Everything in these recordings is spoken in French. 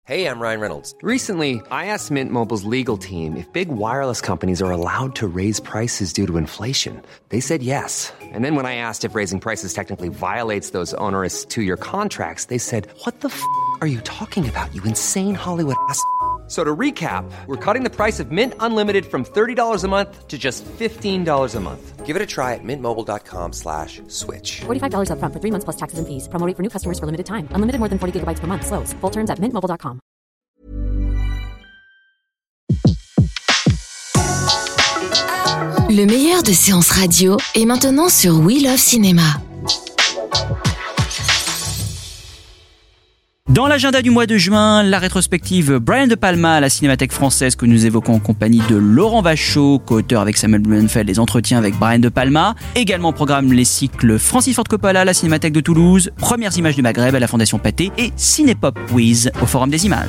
Hey, I'm Ryan Reynolds. Recently, I asked Mint Mobile's legal team if big wireless companies are allowed to raise prices due to inflation. They said yes. And then when I asked if raising prices technically violates those onerous two-year contracts, they said, "What the f*** are you talking about, you insane Hollywood ass?" So to recap, we're cutting the price of Mint Unlimited from $30 a month to just $15 a month. Give it a try at mintmobile.com/switch. $45 up front for 3 months plus taxes and fees. Promo rate for new customers for limited time. Unlimited more than 40 gigabytes per month. Slows full terms at mintmobile.com. Le meilleur de séances radio est maintenant sur We Love Cinéma. Dans l'agenda du mois de juin, la rétrospective Brian De Palma à la Cinémathèque française que nous évoquons en compagnie de Laurent Vachaud, co-auteur avec Samuel Blumenfeld des entretiens avec Brian De Palma. Également au programme les cycles Francis Ford Coppola à la Cinémathèque de Toulouse, Premières images du Maghreb à la Fondation Pathé et Cinépop Quiz au Forum des images.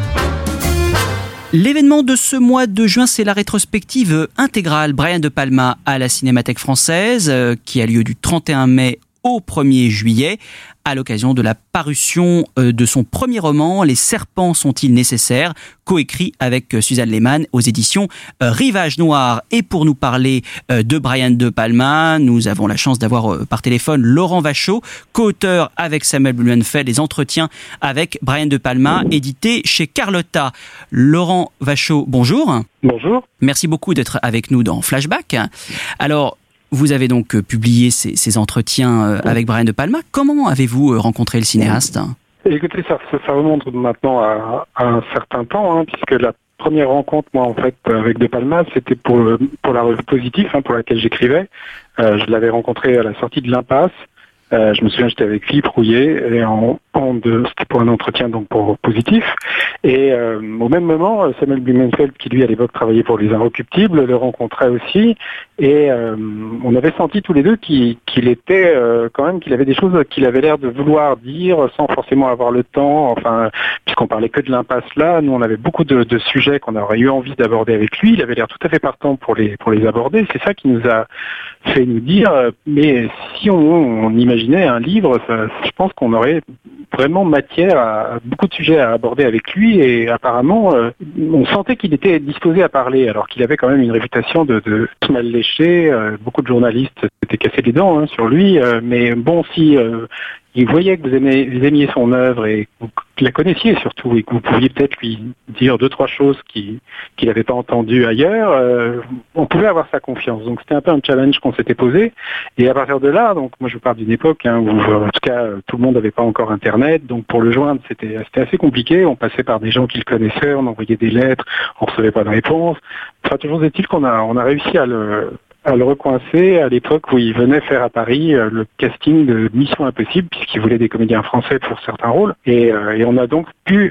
L'événement de ce mois de juin, c'est la rétrospective intégrale Brian De Palma à la Cinémathèque française qui a lieu du 31 mai au 1er juillet, à l'occasion de la parution de son premier roman, Les serpents sont-ils nécessaires, coécrit avec Suzanne Lehmann aux éditions Rivage Noir. Et pour nous parler de Brian De Palma, nous avons la chance d'avoir par téléphone Laurent Vachaud, co-auteur avec Samuel Blumenfeld des entretiens avec Brian De Palma, édité chez Carlotta. Laurent Vachaud, bonjour. Bonjour. Merci beaucoup d'être avec nous dans Flashback. Alors, vous avez donc publié ces entretiens avec Brian De Palma. Comment avez-vous rencontré le cinéaste ? Écoutez, ça remonte maintenant à un certain temps, puisque la première rencontre, moi, en fait, avec De Palma, c'était pour la revue Positif, pour laquelle j'écrivais. Je l'avais rencontré à la sortie de l'Impasse. Je me souviens, j'étais avec Philippe Rouillet et c'était pour un entretien donc pour Positif. Et au même moment, Samuel Blumenfeld, qui lui à l'époque travaillait pour Les Inrecuptibles, le rencontrait aussi. Et on avait senti tous les deux qu'il était quand même, qu'il avait des choses qu'il avait l'air de vouloir dire sans forcément avoir le temps. Enfin, puisqu'on parlait que de l'Impasse là, nous on avait beaucoup de sujets qu'on aurait eu envie d'aborder avec lui. Il avait l'air tout à fait partant pour les aborder. C'est ça qui nous a fait nous dire, mais si on imaginait un livre, je pense qu'on aurait vraiment matière à beaucoup de sujets à aborder avec lui, et apparemment on sentait qu'il était disposé à parler, alors qu'il avait quand même une réputation de mal léché. Beaucoup de journalistes s'étaient cassés les dents sur lui, mais bon, si il voyait que vous aimiez son œuvre et que vous la connaissiez surtout, et que vous pouviez peut-être lui dire 2-3 choses qu'il n'avait pas entendues ailleurs, on pouvait avoir sa confiance. Donc c'était un peu un challenge qu'on s'était posé. Et à partir de là, donc moi je vous parle d'une époque où en tout cas tout le monde n'avait pas encore Internet, donc pour le joindre c'était assez compliqué. On passait par des gens qui le connaissaient, on envoyait des lettres, on recevait pas de réponse. Enfin, toujours est-il qu'on a réussi à le recoincer à l'époque où il venait faire à Paris le casting de Mission Impossible, puisqu'il voulait des comédiens français pour certains rôles. Et on a donc pu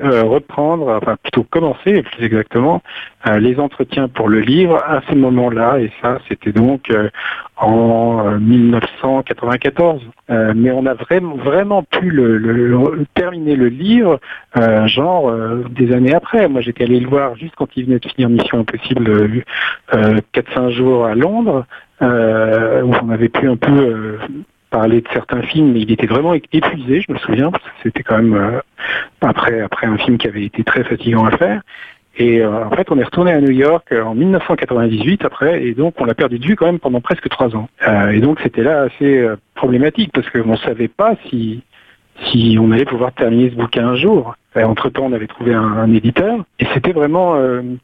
plutôt commencer, plus exactement, les entretiens pour le livre à ce moment-là. Et ça, c'était donc en 1994. Mais on a vraiment pu terminer le livre des années après. Moi, j'étais allé le voir juste quand il venait de finir Mission Impossible 4-5 jours à Londres, où on avait pu un peu parler de certains films, mais il était vraiment épuisé, je me souviens, parce que c'était quand même après un film qui avait été très fatigant à faire. Et en fait, on est retourné à New York en 1998 après, et donc on l'a perdu de vue quand même pendant presque 3 ans. Et donc c'était là assez problématique, parce qu'on ne savait pas si on allait pouvoir terminer ce bouquin un jour. Entre-temps, on avait trouvé un éditeur, et c'était vraiment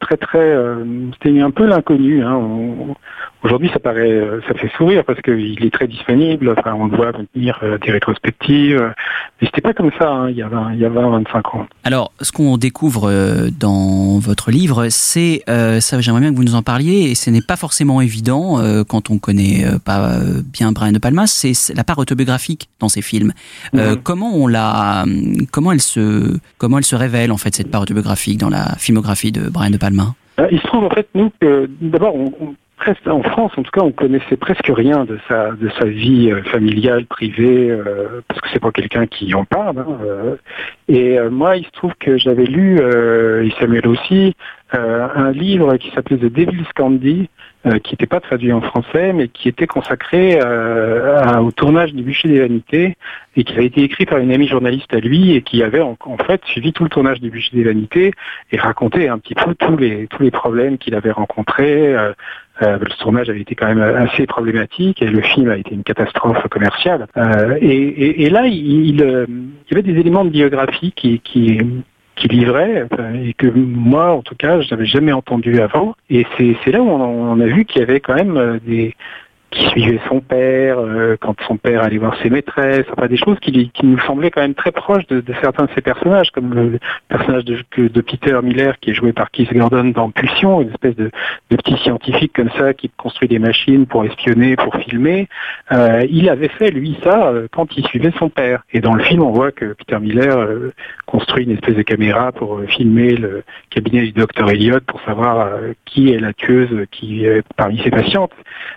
c'était un peu l'inconnu. Aujourd'hui, ça fait sourire parce qu'il est très disponible. Enfin, on doit venir des rétrospectives, mais c'était pas comme ça il y a 20-25 ans. Alors, ce qu'on découvre dans votre livre, c'est ça. J'aimerais bien que vous nous en parliez, et ce n'est pas forcément évident quand on connaît pas bien Brian De Palma. C'est la part autobiographique dans ses films. Comment elle se révèle en fait cette part autobiographique dans la filmographie de Brian De Palma? Il se trouve en fait nous que d'abord en France, en tout cas, on connaissait presque rien de sa vie familiale, privée, parce que c'est pas quelqu'un qui en parle. Et moi, il se trouve que j'avais lu, et Samuel aussi, un livre qui s'appelait The Devil's Candy, qui n'était pas traduit en français, mais qui était consacré au tournage du Bûcher des Vanités, et qui avait été écrit par une amie journaliste à lui, et qui avait en fait suivi tout le tournage du Bûcher des Vanités, et raconté un petit peu tous les problèmes qu'il avait rencontrés. Le tournage avait été quand même assez problématique, et le film a été une catastrophe commerciale. Et là, il y avait des éléments de biographie qui livrait, et que moi, en tout cas, je n'avais jamais entendu avant. Et c'est là où on a vu qu'il y avait quand même qui suivait son père, quand son père allait voir ses maîtresses, enfin des choses qui nous semblaient quand même très proches de certains de ces personnages, comme le personnage de Peter Miller qui est joué par Keith Gordon dans Pulsion, une espèce de petit scientifique comme ça qui construit des machines pour espionner, pour filmer. Il avait fait lui ça quand il suivait son père. Et dans le film, on voit que Peter Miller construit une espèce de caméra pour filmer le cabinet du docteur Elliot pour savoir qui est la tueuse qui est parmi ses patientes.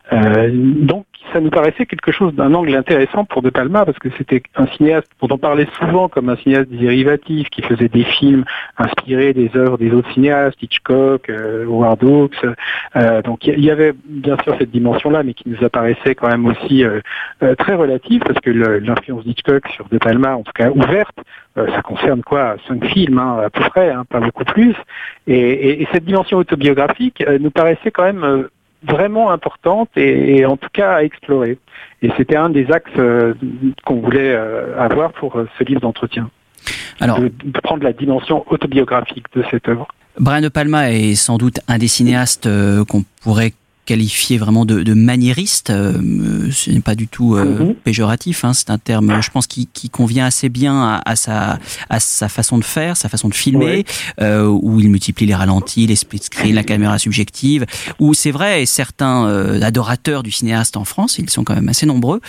Donc ça nous paraissait quelque chose d'un angle intéressant pour De Palma, parce que c'était un cinéaste dont on parlait souvent comme un cinéaste dérivatif, qui faisait des films inspirés des œuvres des autres cinéastes, Hitchcock, Howard Hawks. Donc il y avait bien sûr cette dimension-là, mais qui nous apparaissait quand même aussi très relative, parce que l'influence d'Hitchcock sur De Palma, en tout cas ouverte, ça concerne 5 films à peu près, pas beaucoup plus. Et cette dimension autobiographique nous paraissait quand même vraiment importante et en tout cas à explorer. Et c'était un des axes qu'on voulait avoir pour ce livre d'entretien. Alors, de prendre la dimension autobiographique de cette œuvre. Brian De Palma est sans doute un des cinéastes qu'on pourrait qualifié vraiment de maniériste. Ce n'est pas du tout péjoratif, c'est un terme, je pense, qui convient assez bien à sa façon de faire, sa façon de filmer, où il multiplie les ralentis, les split screen, la caméra subjective, où c'est vrai, et certains adorateurs du cinéaste en France, ils sont quand même assez nombreux,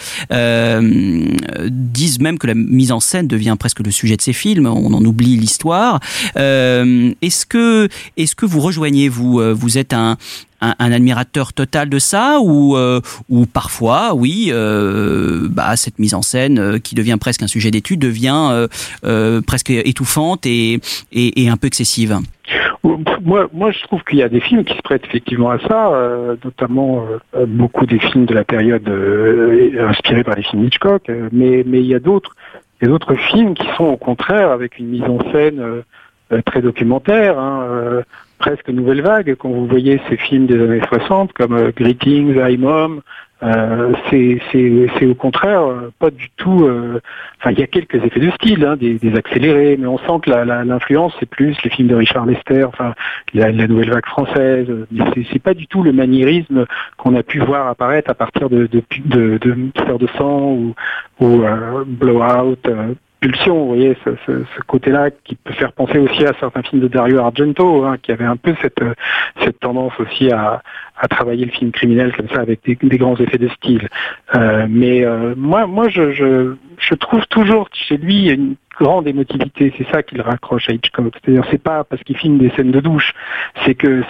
disent même que la mise en scène devient presque le sujet de ces films, on en oublie l'histoire. Est-ce que vous rejoignez, vous êtes un admirateur total de ça, ou parfois, cette mise en scène qui devient presque un sujet d'étude devient presque étouffante et un peu excessive? Moi, je trouve qu'il y a des films qui se prêtent effectivement à ça, notamment beaucoup des films de la période inspirés par les films Hitchcock, mais il y a d'autres films qui sont au contraire avec une mise en scène très documentaire, presque nouvelle vague. Quand vous voyez ces films des années 60 comme Greetings, I'm Home, c'est au contraire pas du tout. Il y a quelques effets de style, des accélérés, mais on sent que l'influence c'est plus les films de Richard Lester, la nouvelle vague française. C'est pas du tout le maniérisme qu'on a pu voir apparaître à partir de Fleur de sang ou Blowout. Pulsion, vous voyez, ce côté-là qui peut faire penser aussi à certains films de Dario Argento, qui avait un peu cette tendance aussi à travailler le film criminel comme ça avec des grands effets de style. Moi, je trouve toujours chez lui une grande émotivité. C'est ça qui le raccroche à Hitchcock. C'est-à-dire, c'est pas parce qu'il filme des scènes de douche, c'est que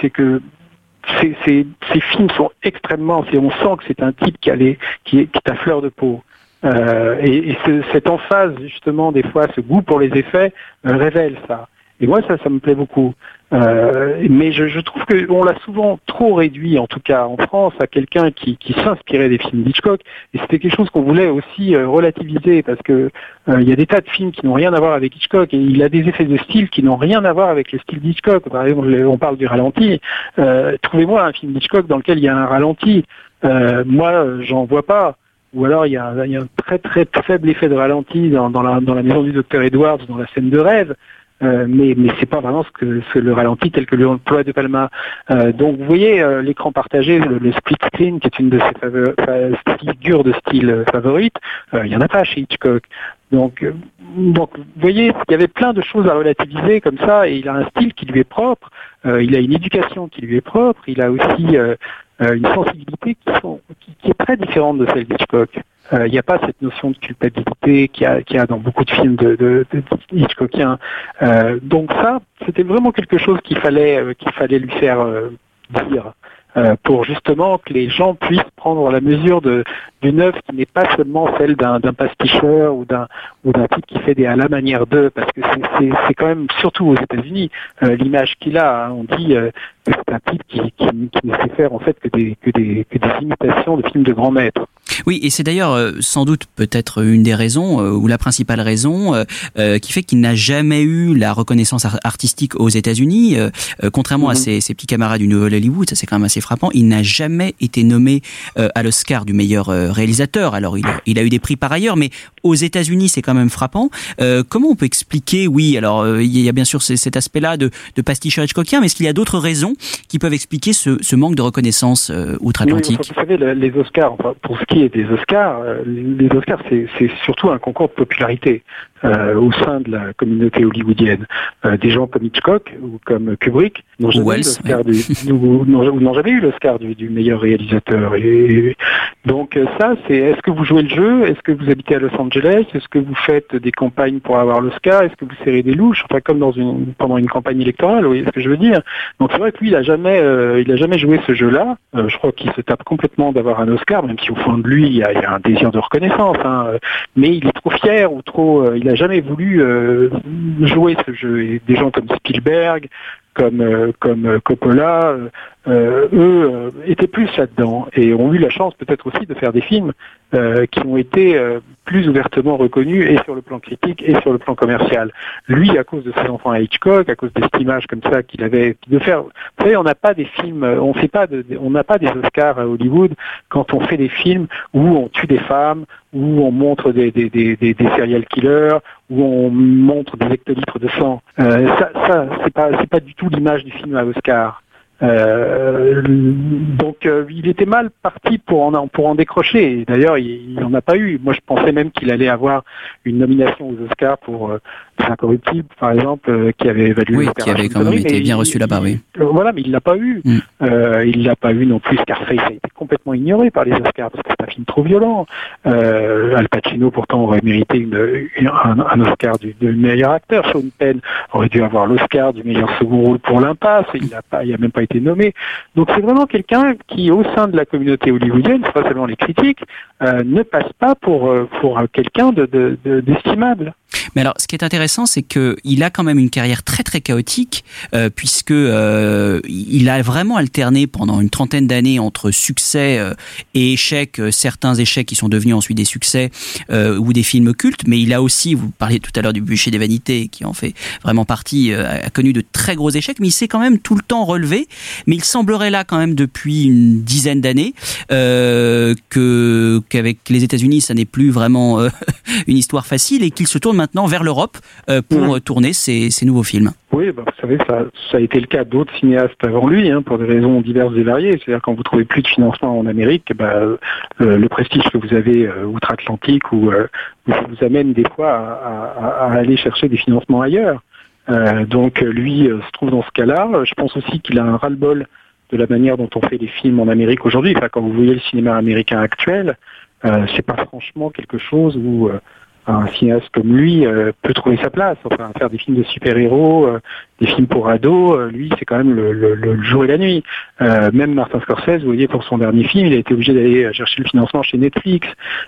ces films sont extrêmement. On sent que c'est un type qui est à fleur de peau. Et cette emphase, justement, des fois, ce goût pour les effets, révèle ça. Et moi, ça me plaît beaucoup. Mais je trouve qu'on l'a souvent trop réduit, en tout cas en France, à quelqu'un qui s'inspirait des films d'Hitchcock. Et c'était quelque chose qu'on voulait aussi relativiser, parce que il y a des tas de films qui n'ont rien à voir avec Hitchcock, et il a des effets de style qui n'ont rien à voir avec le style d'Hitchcock. Par exemple, on parle du ralenti. Trouvez-moi un film d'Hitchcock dans lequel il y a un ralenti. Moi, j'en vois pas. Ou alors il y a un très très faible effet de ralenti dans la maison du docteur Edwards, dans la scène de rêve, mais c'est pas vraiment le ralenti tel que l'emploie De Palma. Donc vous voyez l'écran partagé, le split screen, qui est une de ses figures de style favorites, il y en a pas chez Hitchcock. Donc vous voyez, il y avait plein de choses à relativiser comme ça, et il a un style qui lui est propre, il a une éducation qui lui est propre, il a aussi une sensibilité qui est très différente de celle d'Hitchcock. Il n'y a pas cette notion de culpabilité qu'il y a dans beaucoup de films de Hitchcockiens. Donc ça, c'était vraiment quelque chose qu'il fallait lui faire dire. Pour justement que les gens puissent prendre la mesure d'une œuvre qui n'est pas seulement celle d'un pasticheur ou d'un type qui fait des à la manière d'eux, parce que c'est quand même, surtout aux États-Unis, l'image qu'il a. On dit c'est un type qui ne sait faire en fait que des imitations de films de grands maîtres. Oui, et c'est d'ailleurs sans doute peut-être une des raisons, ou la principale raison, qui fait qu'il n'a jamais eu la reconnaissance artistique aux États-Unis. Contrairement à ses petits camarades du Nouvel Hollywood, ça c'est quand même assez frappant, il n'a jamais été nommé à l'Oscar du meilleur réalisateur. Alors il a eu des prix par ailleurs, mais aux États-Unis c'est quand même frappant. Comment on peut expliquer, oui, alors il y a bien sûr cet aspect-là de pasticheur hitchcockien, mais est-ce qu'il y a d'autres raisons qui peuvent expliquer ce manque de reconnaissance outre-Atlantique? Oui, enfin, vous savez, les Oscars, enfin, pour ce qui est des Oscars, les Oscars c'est surtout un concours de popularité au sein de la communauté hollywoodienne. Des gens comme Hitchcock ou comme Kubrick n'ont jamais eu l'Oscar du meilleur réalisateur. Et donc ça, c'est est-ce que vous jouez le jeu? Est-ce que vous habitez à Los Angeles? Est-ce que vous faites des campagnes pour avoir l'Oscar? Est-ce que vous serrez des louches? Enfin, comme pendant une campagne électorale, vous voyez ce que je veux dire? Donc c'est vrai que lui, il a jamais joué ce jeu-là. Je crois qu'il se tape complètement d'avoir un Oscar, même si au fond de lui, il y a un désir de reconnaissance. Mais il est trop fier ou trop. Il a jamais voulu jouer ce jeu. Et des gens comme Spielberg, comme Coppola, eux étaient plus là-dedans et ont eu la chance peut-être aussi de faire des films qui ont été plus ouvertement reconnus et sur le plan critique et sur le plan commercial. Lui, à cause de ses enfants à Hitchcock, à cause de cette image comme ça qu'il avait de faire. Vous savez, on n'a pas des films, on n'a pas des Oscars à Hollywood quand on fait des films où on tue des femmes, où on montre des serial killers, où on montre des hectolitres de sang. Ça, c'est pas du tout l'image du film à Oscar. Donc il était mal parti pour en décrocher. Et d'ailleurs, il n'en a pas eu. Moi, je pensais même qu'il allait avoir une nomination aux Oscars pour Incorruptible, par exemple, qui avait valu. Oui, qui avait quand même été bien reçu là-bas, oui. Voilà, mais il l'a pas eu. Il l'a pas eu non plus. Scarface a été complètement ignoré par les Oscars parce que c'est un film trop violent. Al Pacino, pourtant, aurait mérité un Oscar du meilleur acteur. Sean Penn aurait dû avoir l'Oscar du meilleur second rôle pour L'Impasse. Il a même pas été nommé. Donc c'est vraiment quelqu'un qui, au sein de la communauté hollywoodienne, c'est pas seulement les critiques, ne passe pas pour quelqu'un d'estimable. Mais alors, ce qui est intéressant, c'est que il a quand même une carrière très très chaotique, puisque il a vraiment alterné pendant une trentaine d'années entre succès et échecs, certains échecs qui sont devenus ensuite des succès ou des films cultes. Mais il a aussi, vous parliez tout à l'heure du Bûcher des Vanités, qui en fait vraiment partie, a connu de très gros échecs, mais il s'est quand même tout le temps relevé. Mais il semblerait là quand même depuis une dizaine d'années qu'avec les États-Unis, ça n'est plus vraiment une histoire facile et qu'il se tourne maintenant vers l'Europe pour tourner ses nouveaux films. Oui, vous savez, ça a été le cas d'autres cinéastes avant lui, pour des raisons diverses et variées. C'est-à-dire quand vous trouvez plus de financement en Amérique, le prestige que vous avez outre-Atlantique vous amène des fois à aller chercher des financements ailleurs. Donc lui se trouve dans ce cas-là. Je pense aussi qu'il a un ras-le-bol de la manière dont on fait les films en Amérique aujourd'hui. Enfin, quand vous voyez le cinéma américain actuel, c'est pas franchement quelque chose où un cinéaste comme lui peut trouver sa place. Enfin, faire des films de super-héros, des films pour ados, lui, c'est quand même le jour et la nuit. Même Martin Scorsese, vous voyez, pour son dernier film, il a été obligé d'aller chercher le financement chez Netflix.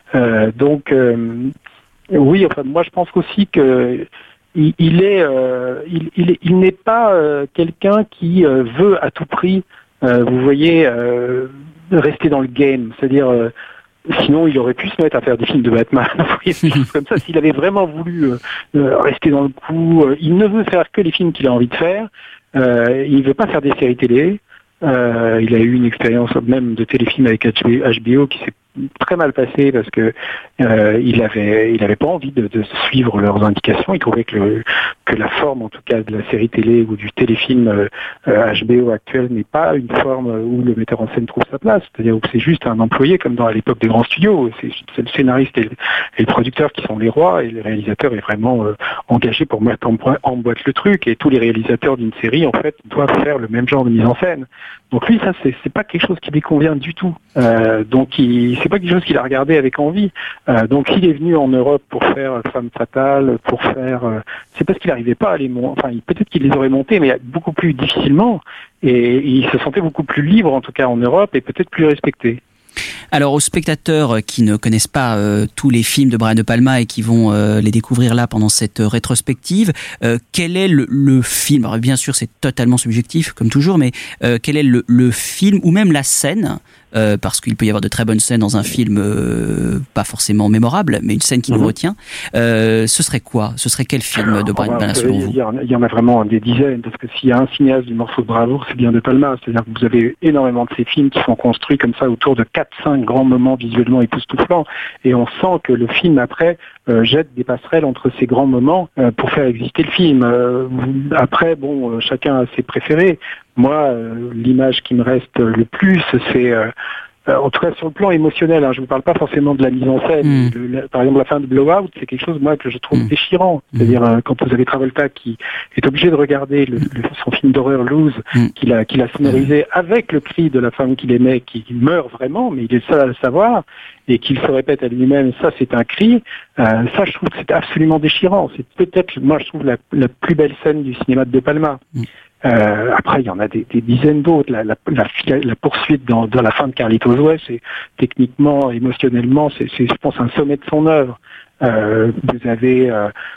Oui, enfin, moi, je pense aussi que il n'est pas quelqu'un qui veut à tout prix, vous voyez, rester dans le game. C'est-à-dire, sinon il aurait pu se mettre à faire des films de Batman, vous voyez, des choses comme ça. S'il avait vraiment voulu rester dans le coup, il ne veut faire que les films qu'il a envie de faire. Il ne veut pas faire des séries télé. Il a eu une expérience même de téléfilm avec HBO qui s'est très mal passé parce que il avait pas envie de suivre leurs indications. Il trouvait que la forme, en tout cas, de la série télé ou du téléfilm HBO actuel n'est pas une forme où le metteur en scène trouve sa place. C'est-à-dire que c'est juste un employé comme à l'époque des grands studios. C'est le scénariste et le producteur qui sont les rois et le réalisateur est vraiment engagé pour mettre en boîte le truc. Et tous les réalisateurs d'une série, en fait, doivent faire le même genre de mise en scène. Donc lui, ça, c'est pas quelque chose qui lui convient du tout. Donc c'est pas quelque chose qu'il a regardé avec envie. Donc s'il est venu en Europe pour faire Femme Fatale, pour faire, c'est parce qu'il n'arrivait pas à les monter. Enfin, peut-être qu'il les aurait montés, mais beaucoup plus difficilement. Et il se sentait beaucoup plus libre, en tout cas en Europe, et peut-être plus respecté. Alors aux spectateurs qui ne connaissent pas tous les films de Brian De Palma et qui vont les découvrir là pendant cette rétrospective, quel est le film? Alors bien sûr c'est totalement subjectif comme toujours, mais quel est le film ou même la scène, parce qu'il peut y avoir de très bonnes scènes dans un film pas forcément mémorable, mais une scène qui nous retient, ce serait quoi? Ce serait quel film de Brian De Palma selon vous? Il y en a vraiment des dizaines, parce que s'il y a un cinéaste du morceau de bravoure, c'est bien De Palma. C'est-à-dire que vous avez énormément de ces films qui sont construits comme ça autour de 4-5 grands moments visuellement époustouflants, et on sent que le film après jette des passerelles entre ces grands moments pour faire exister le film. Après, bon, chacun a ses préférés. Moi, l'image qui me reste le plus, c'est en tout cas sur le plan émotionnel, je ne vous parle pas forcément de la mise en scène. Par exemple, la fin de Blowout, c'est quelque chose moi que je trouve déchirant. C'est-à-dire quand vous avez Travolta qui est obligé de regarder son film d'horreur Lose, qu'il a sonorisé avec le cri de la femme qu'il aimait, qui meurt vraiment, mais il est seul à le savoir, et qu'il se répète à lui-même, ça c'est un cri. Ça, je trouve que c'est absolument déchirant. C'est peut-être, moi, je trouve la plus belle scène du cinéma de De Palma. Après, il y en a des dizaines d'autres. La poursuite dans la fin de Carlitos Way, c'est techniquement, émotionnellement, c'est je pense un sommet de son œuvre. Vous avez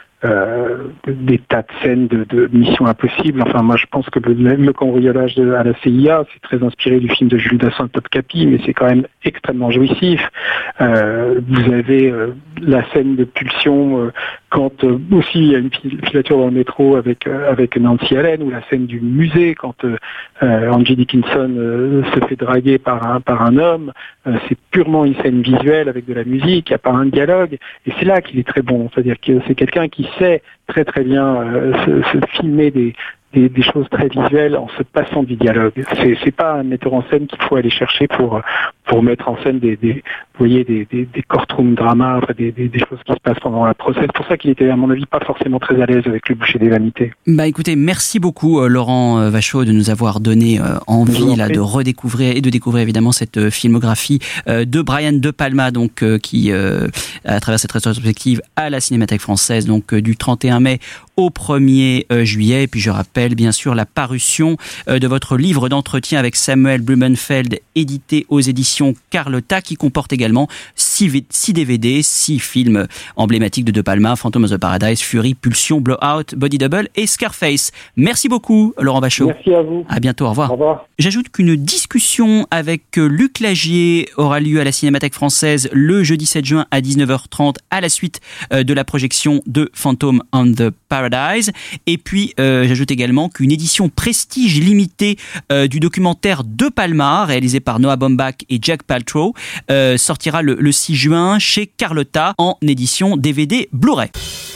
des tas de scènes de Mission Impossible. Enfin, moi, je pense que le cambriolage à la CIA, c'est très inspiré du film de Jules Dassin, Top Capi, mais c'est quand même extrêmement jouissif. Vous avez la scène de pulsion quand aussi il y a une filature dans le métro avec Nancy Allen, ou la scène du musée quand Angie Dickinson se fait draguer par un homme. C'est purement une scène visuelle avec de la musique, il n'y a pas un dialogue, et c'est là qu'il est très bon. C'est-à-dire que c'est quelqu'un qui sait très très bien se filmer des choses très visuelles en se passant du dialogue. C'est pas un metteur en scène qu'il faut aller chercher pour mettre en scène des courtroom dramas, des choses qui se passent pendant la procès. C'est pour ça qu'il était, à mon avis, pas forcément très à l'aise avec Le Boucher des Vanités. Écoutez, merci beaucoup Laurent Vachaud de nous avoir donné envie de redécouvrir et de découvrir évidemment cette filmographie de Brian De Palma, donc qui à travers cette rétrospective à la Cinémathèque française, donc du 31 mai au 1er juillet. Et puis je rappelle bien sûr la parution de votre livre d'entretien avec Samuel Blumenfeld, édité aux éditions Carlotta, qui comporte également 6 DVD, 6 films emblématiques de De Palma: Phantom of the Paradise, Fury, Pulsion, Blowout, Body Double et Scarface. Merci beaucoup Laurent Vachaud. Merci à vous. À bientôt, au revoir. Au revoir. J'ajoute qu'une discussion avec Luc Lagier aura lieu à la Cinémathèque française le jeudi 7 juin à 19h30 à la suite de la projection de Phantom of the Paradise. Et puis j'ajoute également qu'une édition prestige limitée du documentaire De Palma, réalisé par Noah Baumbach et Jack Paltrow, sortira le 6 juin chez Carlotta en édition DVD Blu-ray.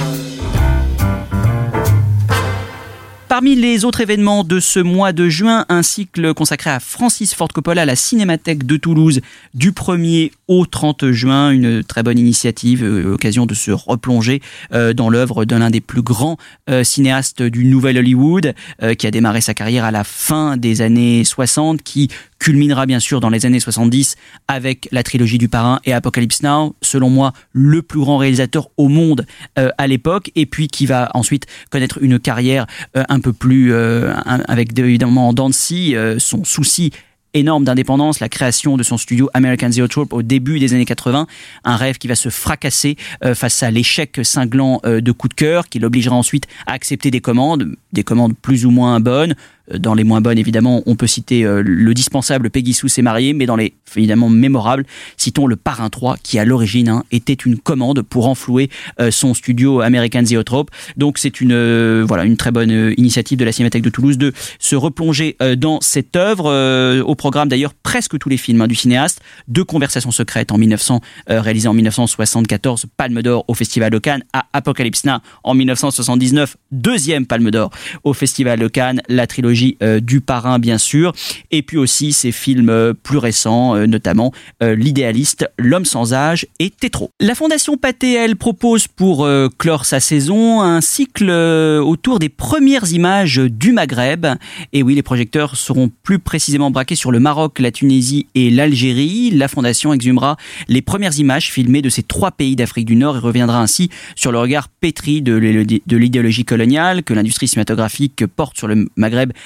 Parmi les autres événements de ce mois de juin, un cycle consacré à Francis Ford Coppola à la Cinémathèque de Toulouse du 1er au 30 juin. Une très bonne initiative, occasion de se replonger dans l'œuvre d'un des plus grands cinéastes du Nouvel Hollywood, qui a démarré sa carrière à la fin des années 60, qui culminera bien sûr dans les années 70 avec la trilogie du Parrain et Apocalypse Now, selon moi le plus grand réalisateur au monde à l'époque, et puis qui va ensuite connaître une carrière un peu plus avec évidemment en dents de scie, son souci énorme d'indépendance, la création de son studio American Zoetrope au début des années 80, un rêve qui va se fracasser face à l'échec cinglant de Coup de cœur, qui l'obligera ensuite à accepter des commandes plus ou moins bonnes. Dans les moins bonnes, évidemment, on peut citer le dispensable Peggy Sue s'est mariée, mais dans les évidemment mémorables, citons le Parrain 3, qui à l'origine était une commande pour renflouer son studio American Zoetrope. Donc c'est une très bonne initiative de la Cinémathèque de Toulouse de se replonger dans cette œuvre. Au programme d'ailleurs presque tous les films du cinéaste. 2 Conversations secrètes réalisées en 1974, Palme d'Or au Festival de Cannes, à Apocalypse Now en 1979, 2e Palme d'Or au Festival de Cannes, la trilogie du Parrain bien sûr, et puis aussi ces films plus récents, notamment L'Idéaliste, L'Homme sans âge et Tétro. La Fondation Pathé, elle, propose pour clore sa saison un cycle autour des premières images du Maghreb. Et oui, les projecteurs seront plus précisément braqués sur le Maroc, la Tunisie et l'Algérie. La Fondation exhumera les premières images filmées de ces 3 pays d'Afrique du Nord et reviendra ainsi sur le regard pétri de l'idéologie coloniale que l'industrie cinématographique porte sur le Maghreb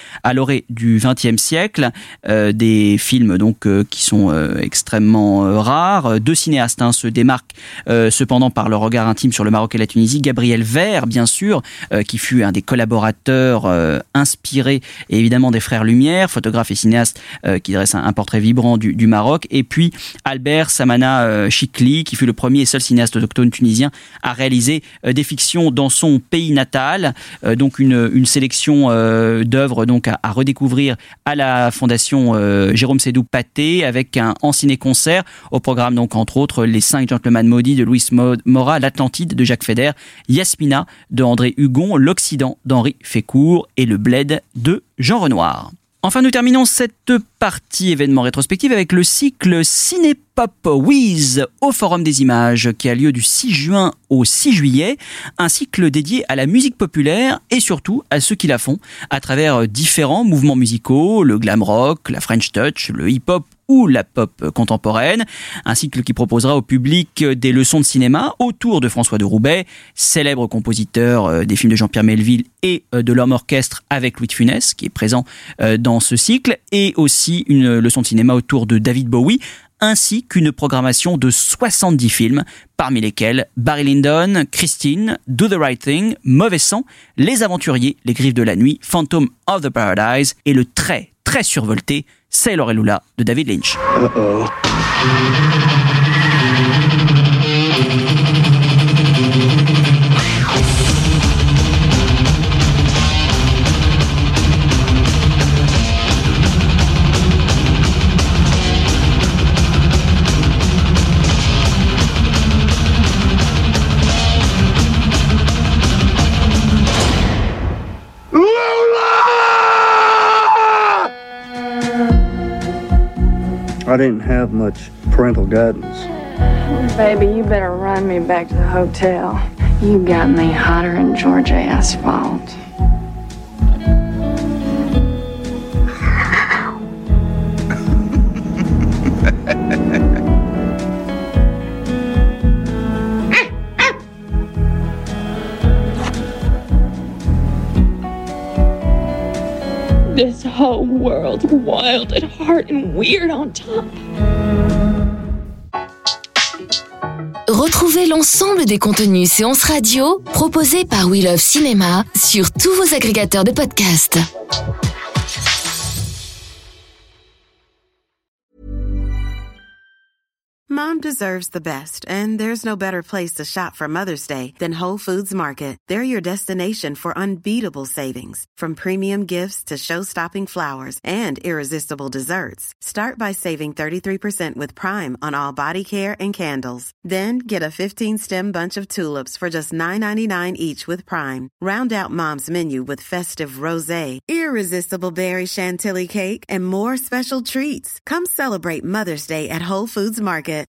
à l'orée du XXe siècle. Des films donc qui sont extrêmement rares. Deux cinéastes se démarquent cependant par leur regard intime sur le Maroc et la Tunisie. Gabriel Vert, bien sûr, qui fut un des collaborateurs inspirés et évidemment des frères Lumière, photographe et cinéaste qui dresse un portrait vibrant du Maroc. Et puis Albert Samana Chikli, qui fut le premier et seul cinéaste autochtone tunisien à réaliser des fictions dans son pays natal. Donc une sélection d'œuvres donc à redécouvrir à la fondation Jérôme Sédou Pathé, avec un en ciné-concert au programme, donc entre autres Les 5 Gentlemen Maudits de Louis Mora, L'Atlantide de Jacques Feder, Yasmina de André Hugon, L'Occident d'Henri Fécourt et Le Bled de Jean Renoir. Enfin, nous terminons cette partie événement rétrospective avec le cycle Cinépop Wiz au Forum des Images qui a lieu du 6 juin au 6 juillet. Un cycle dédié à la musique populaire et surtout à ceux qui la font à travers différents mouvements musicaux, le glam rock, la French touch, le hip-hop ou la pop contemporaine. Un cycle qui proposera au public des leçons de cinéma autour de François de Roubaix, célèbre compositeur des films de Jean-Pierre Melville et de l'Homme Orchestre avec Louis de Funès, qui est présent dans ce cycle, et aussi une leçon de cinéma autour de David Bowie, ainsi qu'une programmation de 70 films, parmi lesquels Barry Lyndon, Christine, Do the Right Thing, Mauvais Sang, Les Aventuriers, Les Griffes de la Nuit, Phantom of the Paradise et le très survolté Sailor et Lula de David Lynch. Uh-oh. I didn't have much parental guidance. Baby, you better run me back to the hotel. You got me hotter than Georgia asphalt. This whole world's wild at heart and weird on top. Retrouvez l'ensemble des contenus séances radio proposés par We Love Cinéma sur tous vos agrégateurs de podcasts. Mom deserves the best, and there's no better place to shop for Mother's Day than Whole Foods Market. They're your destination for unbeatable savings, from premium gifts to show-stopping flowers and irresistible desserts. Start by saving 33% with Prime on all body care and candles. Then get a 15-stem bunch of tulips for just $9.99 each with Prime. Round out Mom's menu with festive rosé, irresistible berry chantilly cake, and more special treats. Come celebrate Mother's Day at Whole Foods Market.